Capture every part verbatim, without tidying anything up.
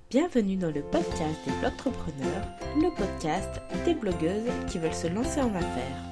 Bienvenue dans le podcast des Blogtrepreneurs, le podcast des blogueuses qui veulent se lancer en affaires.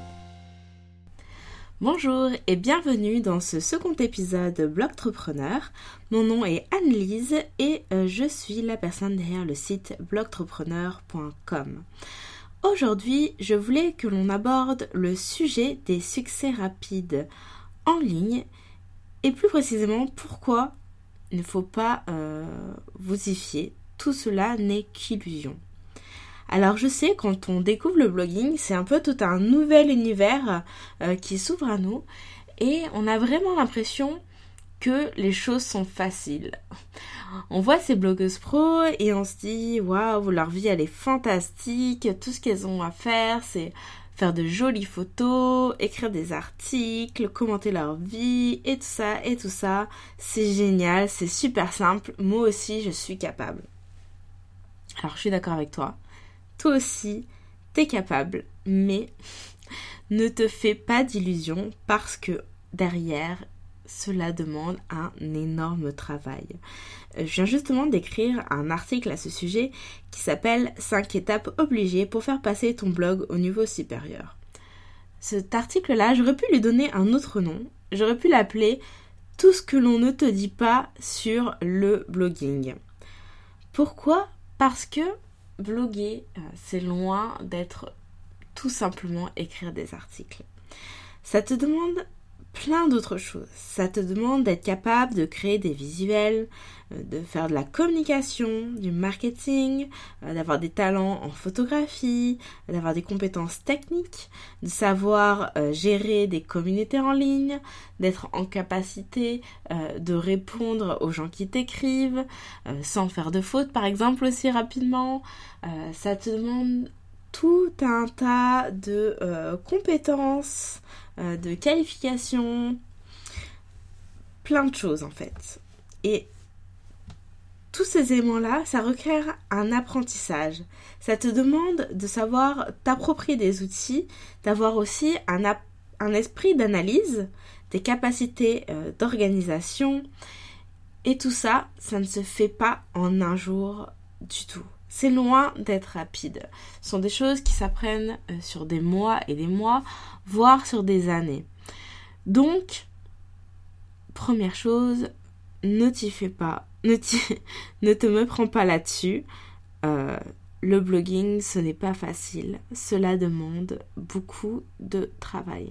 Bonjour et bienvenue dans ce second épisode de Blogtrepreneur. Mon nom est Anne-Lise et euh, je suis la personne derrière le site blogtrepreneur point com. Aujourd'hui, je voulais que l'on aborde le sujet des succès rapides en ligne et plus précisément pourquoi il ne faut pas euh, vous y fier. Tout cela n'est qu'illusion. Alors je sais, quand on découvre le blogging, c'est un peu tout un nouvel univers euh, qui s'ouvre à nous et on a vraiment l'impression que les choses sont faciles. On voit ces blogueuses pros et on se dit waouh, leur vie elle est fantastique, tout ce qu'elles ont à faire c'est faire de jolies photos, écrire des articles, commenter leur vie et tout ça et tout ça, c'est génial, c'est super simple, moi aussi je suis capable. Alors je suis d'accord avec toi, toi aussi t'es capable, mais ne te fais pas d'illusions parce que derrière cela demande un énorme travail. Je viens justement d'écrire un article à ce sujet qui s'appelle cinq étapes obligées pour faire passer ton blog au niveau supérieur. Cet article-là, j'aurais pu lui donner un autre nom. J'aurais pu l'appeler « Tout ce que l'on ne te dit pas sur le blogging ». Pourquoi ? Parce que bloguer, c'est loin d'être tout simplement écrire des articles. Ça te demande plein d'autres choses. Ça te demande d'être capable de créer des visuels, de faire de la communication, du marketing, d'avoir des talents en photographie, d'avoir des compétences techniques, de savoir euh, gérer des communautés en ligne, d'être en capacité euh, de répondre aux gens qui t'écrivent, euh, sans faire de fautes par exemple aussi rapidement. Euh, ça te demande tout un tas de euh, compétences, euh, de qualifications, plein de choses en fait. Et tous ces éléments-là, ça requiert un apprentissage. Ça te demande de savoir t'approprier des outils, d'avoir aussi un, ap- un esprit d'analyse, des capacités euh, d'organisation. Et tout ça, ça ne se fait pas en un jour du tout. C'est loin d'être rapide. Ce sont des choses qui s'apprennent euh, sur des mois et des mois, voire sur des années. Donc, première chose, ne t'y fais pas. Ne, ne te me prends pas là-dessus. Euh, le blogging, ce n'est pas facile. Cela demande beaucoup de travail.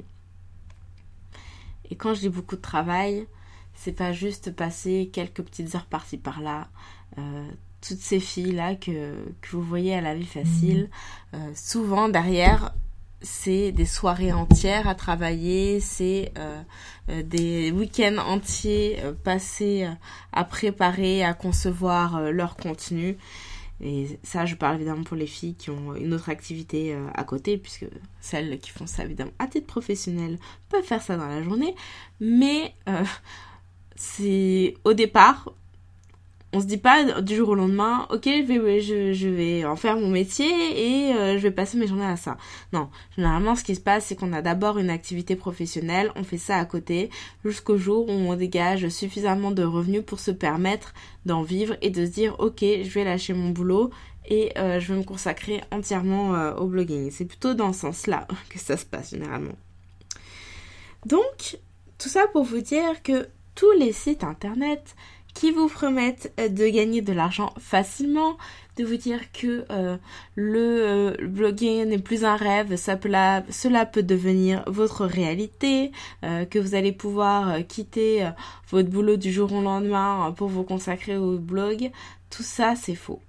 Et quand je dis beaucoup de travail, c'est pas juste passer quelques petites heures par-ci par-là. Euh, toutes ces filles-là que, que vous voyez à la vie facile, euh, souvent derrière, c'est des soirées entières à travailler, c'est euh, euh, des week-ends entiers euh, passés euh, à préparer, à concevoir euh, leur contenu. Et ça, je parle évidemment pour les filles qui ont une autre activité euh, à côté, puisque celles qui font ça évidemment à titre professionnel peuvent faire ça dans la journée. Mais euh, c'est au départ, on se dit pas du jour au lendemain, ok, je vais, je, je vais en faire mon métier et euh, je vais passer mes journées à ça. Non, généralement, ce qui se passe, c'est qu'on a d'abord une activité professionnelle, on fait ça à côté, jusqu'au jour où on dégage suffisamment de revenus pour se permettre d'en vivre et de se dire, ok, je vais lâcher mon boulot et euh, je vais me consacrer entièrement euh, au blogging. C'est plutôt dans ce sens-là que ça se passe généralement. Donc, tout ça pour vous dire que tous les sites internet qui vous promettent de gagner de l'argent facilement, de vous dire que euh, le, euh, le blogging n'est plus un rêve, ça peut la, cela peut devenir votre réalité, euh, que vous allez pouvoir euh, quitter euh, votre boulot du jour au lendemain euh, pour vous consacrer au blog, tout ça c'est faux.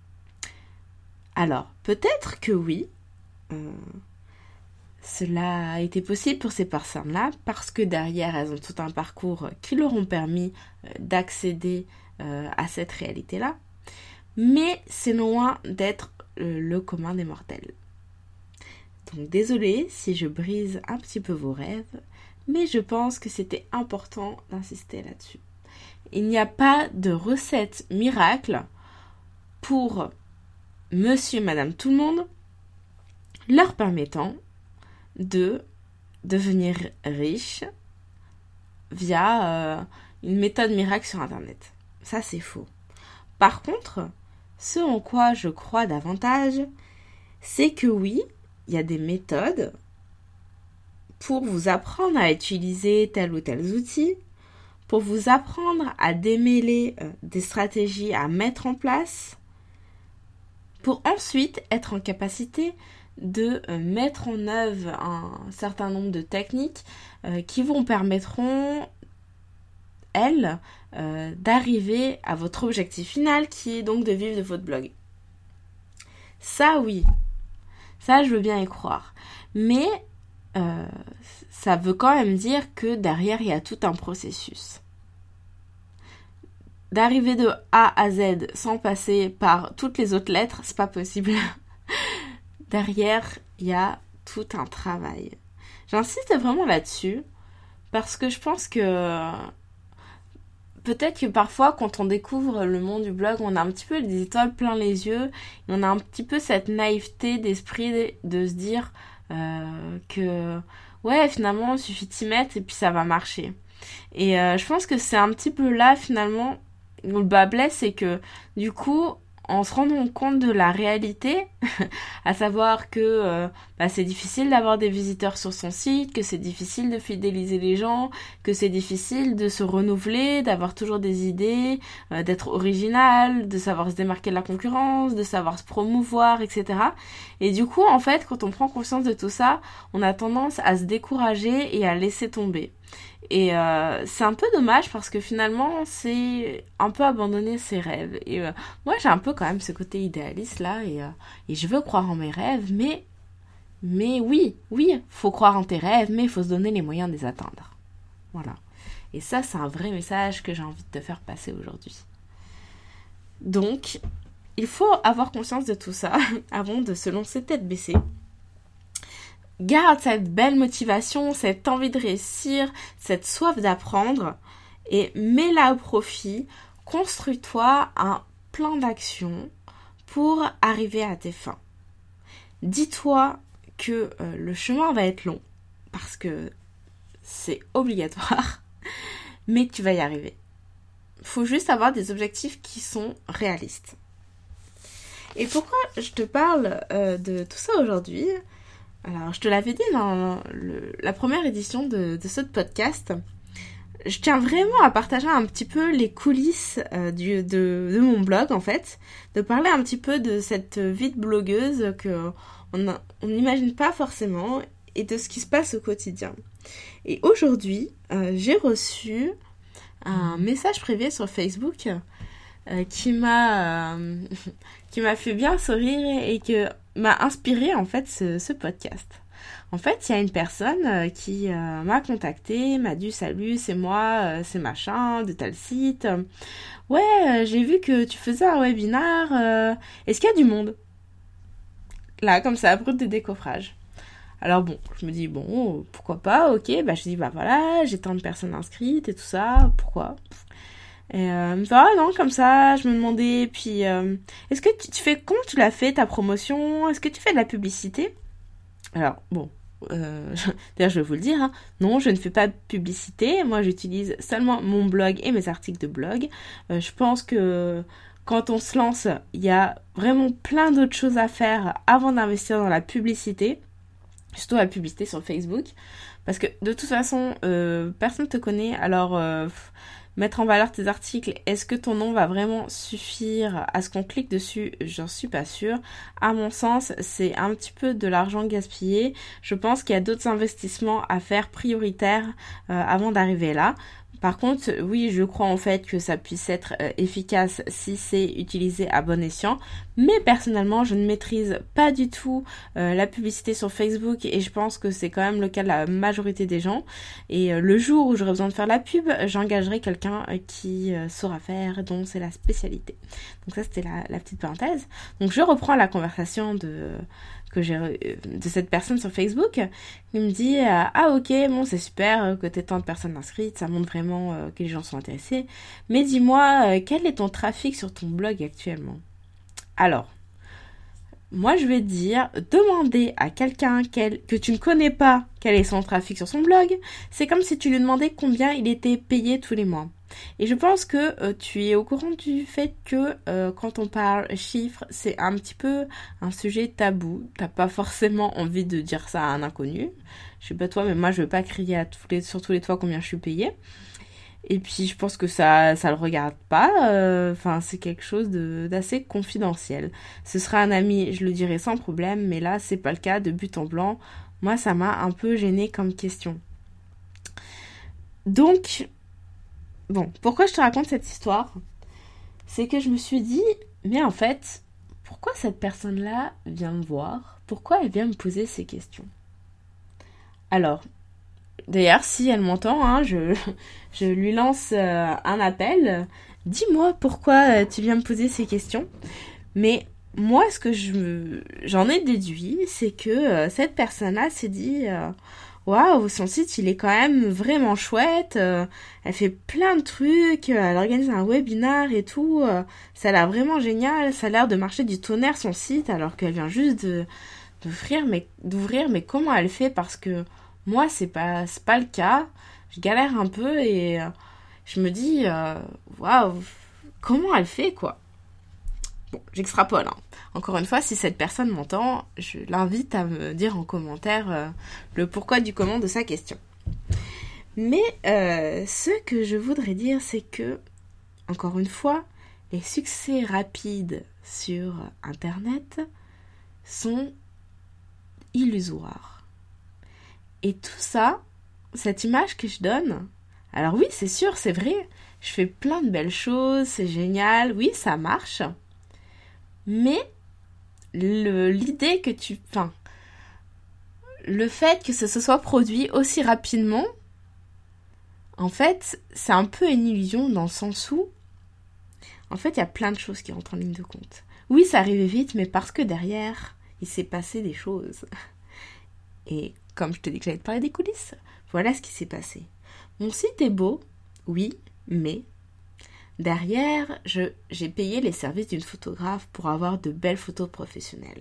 Alors, peut-être que oui, euh, cela a été possible pour ces personnes-là parce que derrière, elles ont tout un parcours qui leur ont permis d'accéder euh, à cette réalité-là. Mais c'est loin d'être euh, le commun des mortels. Donc désolée si je brise un petit peu vos rêves, mais je pense que c'était important d'insister là-dessus. Il n'y a pas de recette miracle pour monsieur et madame tout le monde leur permettant de devenir riche via euh, une méthode miracle sur internet. Ça c'est faux. Par contre, ce en quoi je crois davantage, c'est que oui, il y a des méthodes pour vous apprendre à utiliser tel ou tel outil, pour vous apprendre à démêler euh, des stratégies à mettre en place, pour ensuite être en capacité de euh, mettre en œuvre un certain nombre de techniques euh, qui vous permettront, elles, euh, d'arriver à votre objectif final qui est donc de vivre de votre blog. Ça oui, ça je veux bien y croire. Mais euh, ça veut quand même dire que derrière il y a tout un processus. D'arriver de A à Z sans passer par toutes les autres lettres, c'est pas possible. Derrière, il y a tout un travail. J'insiste vraiment là-dessus parce que je pense que peut-être que parfois, quand on découvre le monde du blog, on a un petit peu des étoiles plein les yeux et on a un petit peu cette naïveté d'esprit de se dire euh, que ouais, finalement, il suffit de s'y mettre et puis ça va marcher. Et euh, je pense que c'est un petit peu là, finalement, où le bas blesse, c'est que du coup, en se rendant compte de la réalité, à savoir que euh, bah, c'est difficile d'avoir des visiteurs sur son site, que c'est difficile de fidéliser les gens, que c'est difficile de se renouveler, d'avoir toujours des idées, euh, d'être original, de savoir se démarquer de la concurrence, de savoir se promouvoir, et cetera. Et du coup, en fait, quand on prend conscience de tout ça, on a tendance à se décourager et à laisser tomber. Et euh, c'est un peu dommage parce que finalement c'est un peu abandonner ses rêves. Et euh, moi j'ai un peu quand même ce côté idéaliste là et, euh, et je veux croire en mes rêves, mais mais oui, oui, faut croire en tes rêves, mais il faut se donner les moyens de les atteindre. Voilà. Et ça c'est un vrai message que j'ai envie de te faire passer aujourd'hui. Donc il faut avoir conscience de tout ça avant de se lancer tête baissée. Garde cette belle motivation, cette envie de réussir, cette soif d'apprendre et mets-la au profit. Construis-toi un plan d'action pour arriver à tes fins. Dis-toi que euh, le chemin va être long parce que c'est obligatoire, mais que tu vas y arriver. Il faut juste avoir des objectifs qui sont réalistes. Et pourquoi je te parle euh, de tout ça aujourd'hui ? Alors, je te l'avais dit dans le, la première édition de, de ce podcast, je tiens vraiment à partager un petit peu les coulisses euh, du, de, de mon blog, en fait, de parler un petit peu de cette vie de blogueuse qu'on n'imagine pas forcément et de ce qui se passe au quotidien. Et aujourd'hui, euh, j'ai reçu un message privé sur Facebook euh, qui m'a euh, qui m'a fait bien sourire et que m'a inspiré en fait ce, ce podcast. En fait, il y a une personne euh, qui euh, m'a contacté, m'a dit salut, c'est moi, euh, c'est machin, de tel site. Ouais, euh, j'ai vu que tu faisais un webinaire. Euh, est-ce qu'il y a du monde ? Là, comme ça, brut de décoffrage. Alors bon, je me dis bon, pourquoi pas, ok, bah je dis bah voilà, j'ai tant de personnes inscrites et tout ça, pourquoi ? Et euh, elle me dit ah non, comme ça, je me demandais, puis euh, est-ce que tu, tu fais, comment tu l'as fait ta promotion ? Est-ce que tu fais de la publicité ? Alors bon, euh, d'ailleurs je vais vous le dire, hein, non, je ne fais pas de publicité, moi j'utilise seulement mon blog et mes articles de blog. Euh, je pense que quand on se lance, il y a vraiment plein d'autres choses à faire avant d'investir dans la publicité, surtout la publicité sur Facebook, parce que de toute façon, euh, personne ne te connaît, alors... Euh, mettre en valeur tes articles, est-ce que ton nom va vraiment suffire à ce qu'on clique dessus ? J'en suis pas sûre. À mon sens, c'est un petit peu de l'argent gaspillé. Je pense qu'il y a d'autres investissements à faire prioritaires euh, avant d'arriver là. Par contre, oui, je crois en fait que ça puisse être euh, efficace si c'est utilisé à bon escient. Mais personnellement, je ne maîtrise pas du tout euh, la publicité sur Facebook et je pense que c'est quand même le cas de la majorité des gens. Et euh, le jour où j'aurai besoin de faire la pub, j'engagerai quelqu'un euh, qui euh, saura faire, dont c'est la spécialité. Donc ça, c'était la, la petite parenthèse. Donc je reprends la conversation de... que j'ai de cette personne sur Facebook. Il me dit euh, ah ok, bon c'est super que t'aies tant de personnes inscrites, ça montre vraiment euh, que les gens sont intéressés, mais dis-moi euh, quel est ton trafic sur ton blog actuellement ? Alors moi je vais te dire, demander à quelqu'un quel, que tu ne connais pas quel est son trafic sur son blog, c'est comme si tu lui demandais combien il était payé tous les mois. Et je pense que euh, tu es au courant du fait que euh, quand on parle chiffres, c'est un petit peu un sujet tabou. T'as pas forcément envie de dire ça à un inconnu. Je sais pas toi, mais moi je veux pas crier à tous les, sur tous les toits combien je suis payée. Et puis je pense que ça ça le regarde pas. Enfin, euh, c'est quelque chose de, d'assez confidentiel. Ce sera un ami, je le dirai sans problème, mais là c'est pas le cas de but en blanc. Moi ça m'a un peu gênée comme question. Donc, bon, pourquoi je te raconte cette histoire ? C'est que je me suis dit, mais en fait, pourquoi cette personne-là vient me voir ? Pourquoi elle vient me poser ces questions ? Alors, d'ailleurs, si elle m'entend, hein, je, je lui lance euh, un appel. Dis-moi pourquoi euh, tu viens me poser ces questions. Mais moi, ce que je me, j'en ai déduit, c'est que euh, cette personne-là s'est dit... Euh, Waouh, son site, il est quand même vraiment chouette. Euh, elle fait plein de trucs. Euh, elle organise un webinar et tout. Euh, ça a l'air vraiment génial. Ça a l'air de marcher du tonnerre, son site, alors qu'elle vient juste de, d'ouvrir. Mais, d'ouvrir. Mais comment elle fait ? Parce que moi, c'est pas, c'est pas le cas. Je galère un peu et euh, je me dis, euh, waouh, comment elle fait, quoi ? Bon, j'extrapole, hein. Encore une fois, si cette personne m'entend, je l'invite à me dire en commentaire euh, le pourquoi du comment de sa question. Mais euh, ce que je voudrais dire, c'est que, encore une fois, les succès rapides sur Internet sont illusoires. Et tout ça, cette image que je donne, alors oui, c'est sûr, c'est vrai, je fais plein de belles choses, c'est génial, oui, ça marche. Mais le, l'idée que tu... Enfin, le fait que ce se soit produit aussi rapidement, en fait, c'est un peu une illusion dans le sens où, en fait, il y a plein de choses qui rentrent en ligne de compte. Oui, ça arrivait vite, mais parce que derrière, il s'est passé des choses. Et comme je te dis que j'allais te parler des coulisses, voilà ce qui s'est passé. Mon site est beau, oui, mais... Derrière, je, j'ai payé les services d'une photographe pour avoir de belles photos professionnelles.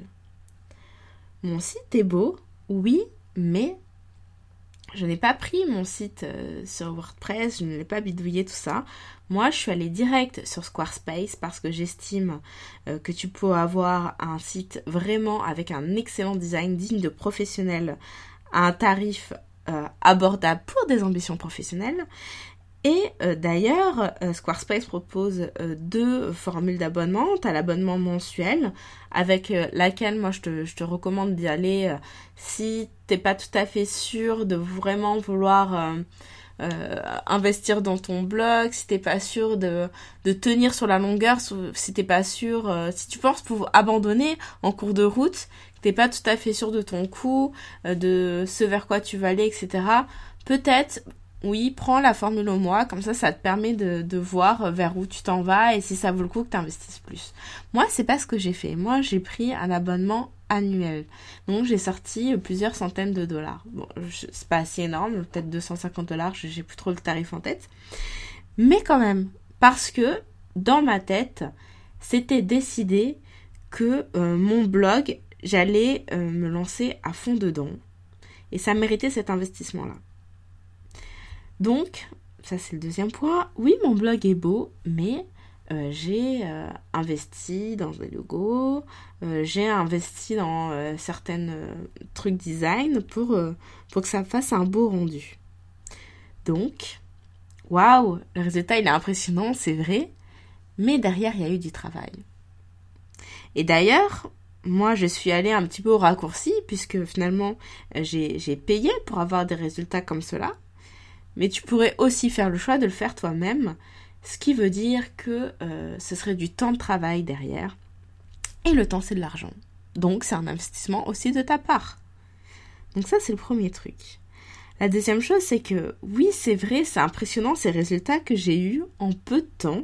Mon site est beau, oui, mais je n'ai pas pris mon site euh, sur WordPress, je ne l'ai pas bidouillé, tout ça. Moi, je suis allée direct sur Squarespace parce que j'estime euh, que tu peux avoir un site vraiment avec un excellent design digne de professionnel à un tarif euh, abordable pour des ambitions professionnelles. Et euh, d'ailleurs, euh, Squarespace propose euh, deux formules d'abonnement. Tu as l'abonnement mensuel, avec euh, laquelle moi je te, je te recommande d'y aller euh, si t'es pas tout à fait sûr de vraiment vouloir euh, euh, investir dans ton blog, si t'es pas sûr de, de tenir sur la longueur, si t'es pas sûr, euh, si tu penses pouvoir abandonner en cours de route, que t'es pas tout à fait sûr de ton coût, euh, de ce vers quoi tu vas aller, et cetera. Peut-être... Oui, prends la formule au mois, comme ça, ça te permet de, de voir vers où tu t'en vas et si ça vaut le coup que tu investisses plus. Moi, c'est pas ce que j'ai fait. Moi, j'ai pris un abonnement annuel. Donc, j'ai sorti plusieurs centaines de dollars. Bon, je, c'est pas assez énorme, peut-être deux cent cinquante dollars, j'ai plus trop le tarif en tête. Mais quand même, parce que, dans ma tête, c'était décidé que euh, mon blog, j'allais euh, me lancer à fond dedans. Et ça méritait cet investissement-là. Donc, ça c'est le deuxième point. Oui, mon blog est beau, mais euh, j'ai euh, investi dans des logos, euh, j'ai investi dans euh, certains euh, trucs design pour, euh, pour que ça fasse un beau rendu. Donc, waouh, le résultat il est impressionnant, c'est vrai, mais derrière il y a eu du travail. Et d'ailleurs, moi je suis allée un petit peu au raccourci, puisque finalement j'ai, j'ai payé pour avoir des résultats comme cela. Mais tu pourrais aussi faire le choix de le faire toi-même, ce qui veut dire que euh, ce serait du temps de travail derrière. Et le temps, c'est de l'argent. Donc, c'est un investissement aussi de ta part. Donc ça, c'est le premier truc. La deuxième chose, c'est que, oui, c'est vrai, c'est impressionnant ces résultats que j'ai eus en peu de temps.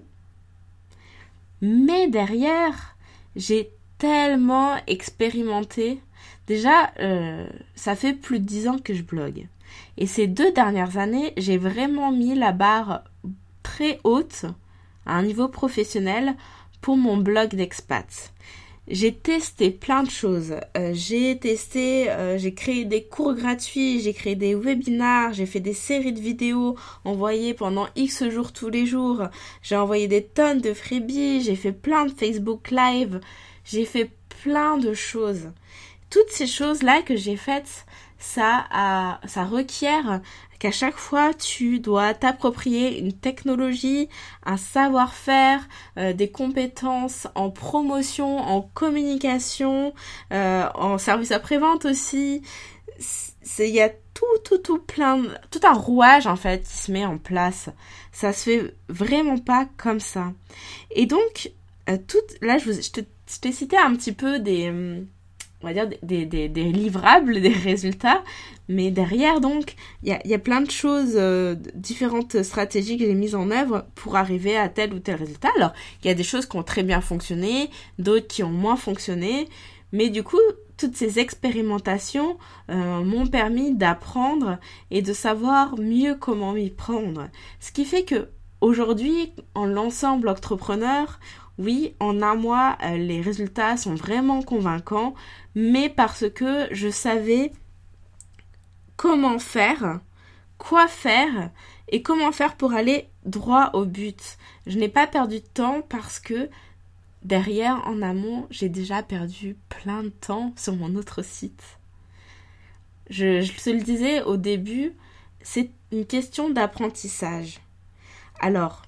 Mais derrière, j'ai tellement expérimenté. Déjà, euh, ça fait plus de dix ans que je blogue. Et ces deux dernières années, j'ai vraiment mis la barre très haute, à un niveau professionnel, pour mon blog d'expat. j'ai testé plein de choses. Euh, j'ai testé, euh, j'ai créé des cours gratuits, j'ai créé des webinars, j'ai fait des séries de vidéos envoyées pendant X jours tous les jours. J'ai envoyé des tonnes de freebies, j'ai fait plein de Facebook Live, j'ai fait plein de choses. Toutes ces choses-là que j'ai faites, ça, a, ça requiert qu'à chaque fois, tu dois t'approprier une technologie, un savoir-faire, euh, des compétences en promotion, en communication, euh, en service après-vente aussi. Il y a tout, tout, tout plein, tout un rouage en fait qui se met en place. Ça se fait vraiment pas comme ça. Et donc, euh, tout, là, je, vous, je, te, je t'ai cité un petit peu des... Hum, on va dire des, des, des livrables, des résultats, mais derrière donc il y a, y a plein de choses, euh, différentes stratégies que j'ai mises en œuvre pour arriver à tel ou tel résultat. Alors il y a des choses qui ont très bien fonctionné, d'autres qui ont moins fonctionné, mais du coup toutes ces expérimentations euh, m'ont permis d'apprendre et de savoir mieux comment m'y prendre. Ce qui fait que aujourd'hui, en lançant Blogtrepreneur, oui, en un mois, euh, les résultats sont vraiment convaincants, mais parce que je savais comment faire, quoi faire et comment faire pour aller droit au but. Je n'ai pas perdu de temps parce que derrière, en amont, j'ai déjà perdu plein de temps sur mon autre site. Je, je te le disais au début, c'est une question d'apprentissage. Alors,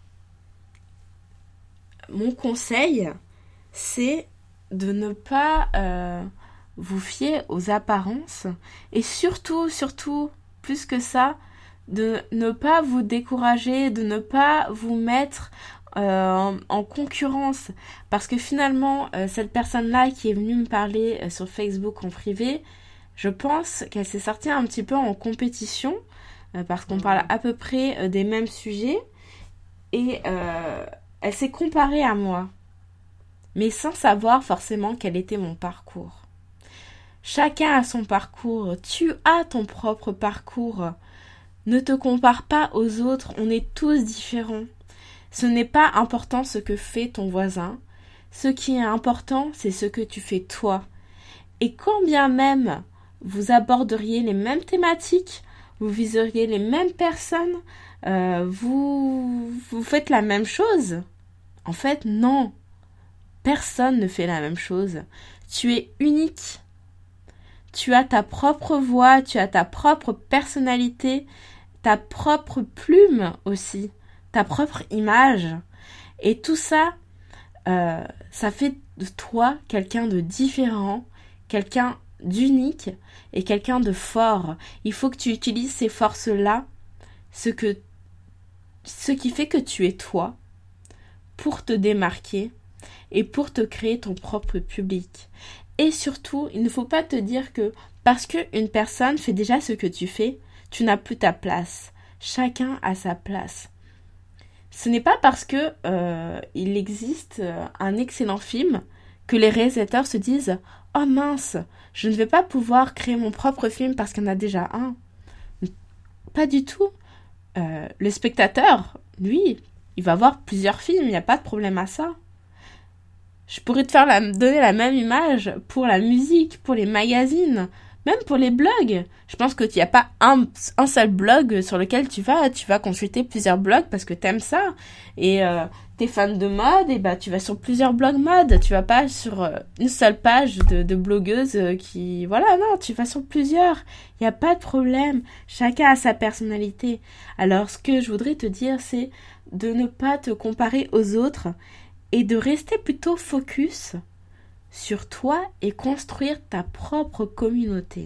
mon conseil, c'est de ne pas euh, vous fier aux apparences et surtout, surtout, plus que ça, de ne pas vous décourager, de ne pas vous mettre euh, en, en concurrence. Parce que finalement, euh, cette personne-là qui est venue me parler euh, sur Facebook en privé, je pense qu'elle s'est sortie un petit peu en compétition euh, parce qu'on parle à peu près euh, des mêmes sujets et... Euh, elle s'est comparée à moi, mais sans savoir forcément quel était mon parcours. Chacun a son parcours, tu as ton propre parcours. Ne te compare pas aux autres, on est tous différents. Ce n'est pas important ce que fait ton voisin, ce qui est important, c'est ce que tu fais toi. Et quand bien même vous aborderiez les mêmes thématiques, vous viseriez les mêmes personnes, euh, vous, vous faites la même chose. En fait, non. Personne ne fait la même chose. Tu es unique. Tu as ta propre voix, tu as ta propre personnalité, ta propre plume aussi, ta propre image. Et tout ça, euh, ça fait de toi quelqu'un de différent, quelqu'un d'unique et quelqu'un de fort. Il faut que tu utilises ces forces-là, ce que, ce qui fait que tu es toi, pour te démarquer et pour te créer ton propre public. Et surtout, il ne faut pas te dire que parce qu'une personne fait déjà ce que tu fais, tu n'as plus ta place. Chacun a sa place. Ce n'est pas parce que euh, il existe un excellent film que les réalisateurs se disent « Oh mince, je ne vais pas pouvoir créer mon propre film parce qu'il y en a déjà un. » Pas du tout. Euh, le spectateur, lui, il va voir plusieurs films, il n'y a pas de problème à ça. Je pourrais te faire la, donner la même image pour la musique, pour les magazines, même pour les blogs. Je pense que il n'y a pas un, un seul blog sur lequel tu vas, tu vas consulter plusieurs blogs parce que t'aimes ça. Et euh, t'es fan de mode, et bah tu vas sur plusieurs blogs mode. Tu vas pas sur euh, une seule page de, de blogueuses qui, voilà, non, tu vas sur plusieurs. Il n'y a pas de problème. Chacun a sa personnalité. Alors ce que je voudrais te dire, c'est de ne pas te comparer aux autres et de rester plutôt focus sur toi et construire ta propre communauté.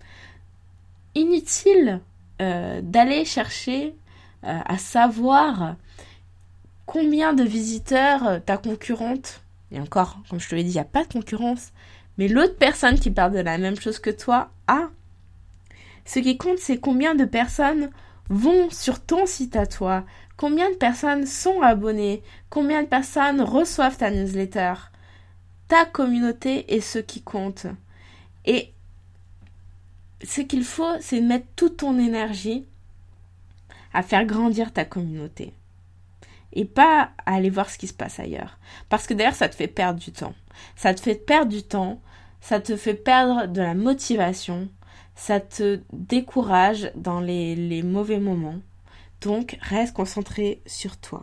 Inutile euh, d'aller chercher euh, à savoir combien de visiteurs ta concurrente, et encore, comme je te l'ai dit, il n'y a pas de concurrence, mais l'autre personne qui parle de la même chose que toi a. Ce qui compte, c'est combien de personnes vont sur ton site à toi, combien de personnes sont abonnées, combien de personnes reçoivent ta newsletter. Ta communauté est ce qui compte. Et ce qu'il faut, c'est mettre toute ton énergie à faire grandir ta communauté. et pas à aller voir ce qui se passe ailleurs. Parce que d'ailleurs, ça te fait perdre du temps. Ça te fait perdre du temps, ça te fait perdre de la motivation, ça te décourage dans les, les mauvais moments. Donc, reste concentré sur toi.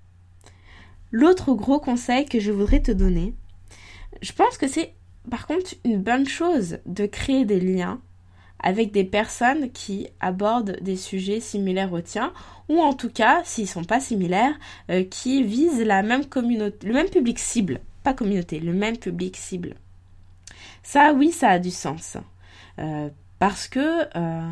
L'autre gros conseil que je voudrais te donner, je pense que c'est par contre une bonne chose de créer des liens avec des personnes qui abordent des sujets similaires aux tiens, ou en tout cas, s'ils ne sont pas similaires, euh, qui visent la même communauté, le même public cible, pas communauté, le même public cible. Ça, oui, ça a du sens. Euh, parce que euh,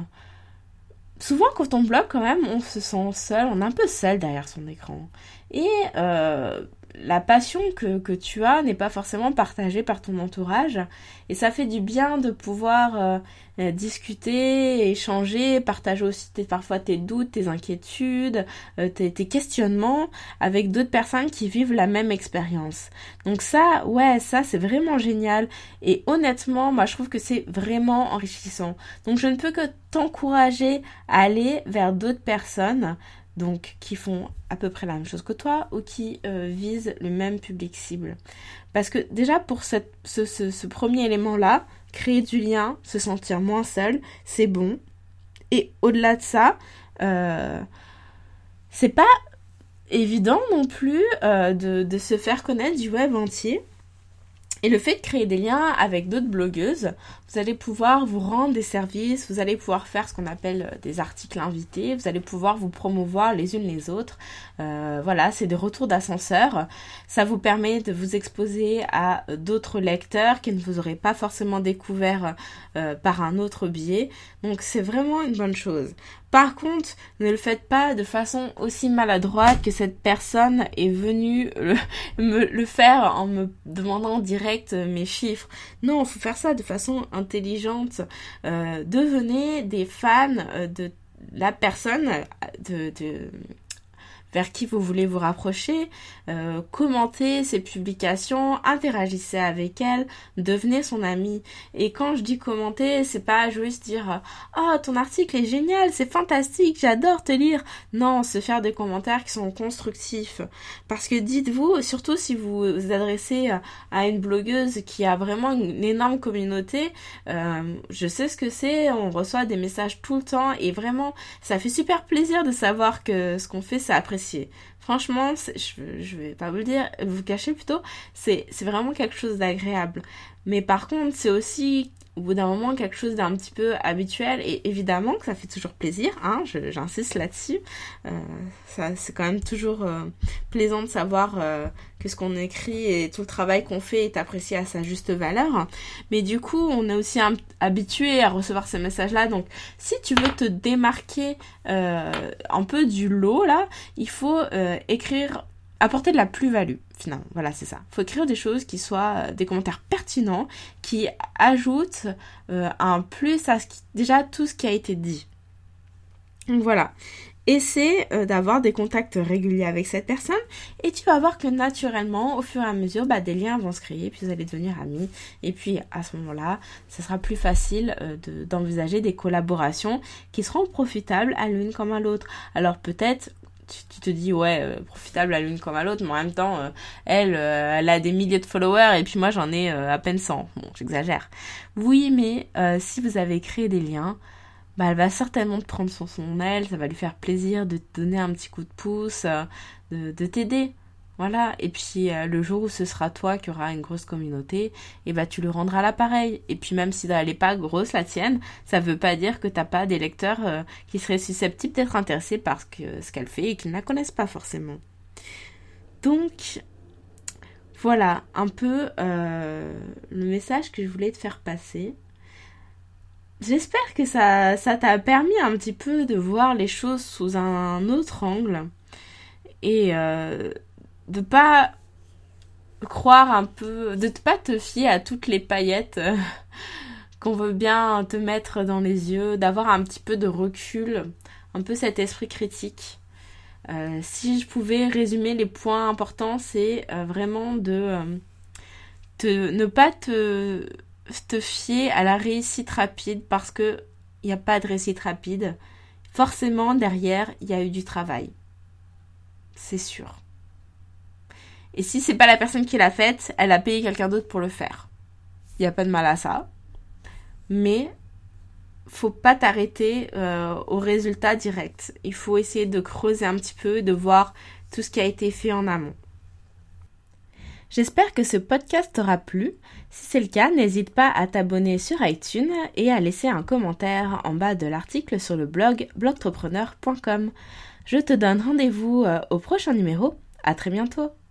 souvent, quand on blogue, quand même, on se sent seul, on est un peu seul derrière son écran. Et euh, la passion que, que tu as n'est pas forcément partagée par ton entourage. Et ça fait du bien de pouvoir euh, euh, discuter, échanger, partager aussi tes, parfois tes doutes, tes inquiétudes, euh, tes, tes questionnements avec d'autres personnes qui vivent la même expérience. Donc ça, ouais, ça c'est vraiment génial. Et honnêtement, moi je trouve que c'est vraiment enrichissant. Donc je ne peux que t'encourager à aller vers d'autres personnes donc qui font à peu près la même chose que toi ou qui euh, visent le même public cible. Parce que déjà pour cette, ce, ce, ce premier élément-là, créer du lien, se sentir moins seul, c'est bon. Et au-delà de ça, euh, c'est pas évident non plus euh, de, de se faire connaître du web entier. Et le fait de créer des liens avec d'autres blogueuses, vous allez pouvoir vous rendre des services, vous allez pouvoir faire ce qu'on appelle des articles invités, vous allez pouvoir vous promouvoir les unes les autres. Euh, voilà, c'est des retours d'ascenseur. Ça vous permet de vous exposer à d'autres lecteurs qui ne vous auraient pas forcément découvert euh, par un autre biais. Donc c'est vraiment une bonne chose. Par contre, ne le faites pas de façon aussi maladroite que cette personne est venue le, me le faire en me demandant direct mes chiffres. Non, il faut faire ça de façon intelligente. Euh, devenez des fans de la personne de... de vers qui vous voulez vous rapprocher, euh, commentez ses publications, interagissez avec elle, devenez son ami. Et quand je dis commenter, c'est pas juste dire « Oh, ton article est génial, c'est fantastique, j'adore te lire !» Non, se faire des commentaires qui sont constructifs. Parce que dites-vous, surtout si vous vous adressez à une blogueuse qui a vraiment une énorme communauté, euh, je sais ce que c'est, on reçoit des messages tout le temps et vraiment, ça fait super plaisir de savoir que ce qu'on fait, c'est apprécié. Franchement, je, je vais pas vous le dire, vous cacher plutôt, c'est, c'est vraiment quelque chose d'agréable. Mais par contre, c'est aussi au bout d'un moment quelque chose d'un petit peu habituel et évidemment que ça fait toujours plaisir, hein, je, j'insiste là-dessus. Euh, ça, c'est quand même toujours euh, plaisant de savoir euh, que ce qu'on écrit et tout le travail qu'on fait est apprécié à sa juste valeur. Mais du coup, on est aussi un, habitué à recevoir ces messages-là. Donc, si tu veux te démarquer euh, un peu du lot, là, il faut euh, écrire... apporter de la plus-value, finalement. Voilà, c'est ça. Il faut écrire des choses qui soient des commentaires pertinents, qui ajoutent euh, un plus à ce qui, déjà tout ce qui a été dit. Donc voilà. Essaie euh, d'avoir des contacts réguliers avec cette personne et tu vas voir que naturellement, au fur et à mesure, bah, des liens vont se créer, puis vous allez devenir amis. Et puis à ce moment-là, ça sera plus facile euh, de, d'envisager des collaborations qui seront profitables à l'une comme à l'autre. Alors peut-être... Tu, tu te dis ouais euh, profitable à l'une comme à l'autre, mais en même temps euh, elle euh, elle a des milliers de followers et puis moi j'en ai euh, à peine cent. Bon, j'exagère. Oui, mais euh, si vous avez créé des liens, bah elle va certainement te prendre sur son aile, ça va lui faire plaisir de te donner un petit coup de pouce, euh, de, de t'aider. Voilà, et puis euh, le jour où ce sera toi qui aura une grosse communauté, et bah tu lui rendras l'appareil. Et puis même si elle est pas grosse la tienne, ça veut pas dire que t'as pas des lecteurs euh, qui seraient susceptibles d'être intéressés par ce, que, ce qu'elle fait et qui ne la connaissent pas forcément. Donc voilà un peu euh, le message que je voulais te faire passer. J'espère que ça, ça t'a permis un petit peu de voir les choses sous un autre angle et euh, de pas croire un peu, de pas te fier à toutes les paillettes euh, qu'on veut bien te mettre dans les yeux, d'avoir un petit peu de recul, un peu cet esprit critique. Euh, si je pouvais résumer les points importants, c'est euh, vraiment de euh, te, ne pas te, te fier à la réussite rapide parce que il n'y a pas de réussite rapide. Forcément, derrière, il y a eu du travail. C'est sûr. Et si c'est pas la personne qui l'a faite, elle a payé quelqu'un d'autre pour le faire. Il n'y a pas de mal à ça. Mais faut pas t'arrêter euh, au résultat direct. Il faut essayer de creuser un petit peu, de voir tout ce qui a été fait en amont. J'espère que ce podcast t'aura plu. Si c'est le cas, n'hésite pas à t'abonner sur iTunes et à laisser un commentaire en bas de l'article sur le blog blogtrepreneur point com. Je te donne rendez-vous au prochain numéro. À très bientôt.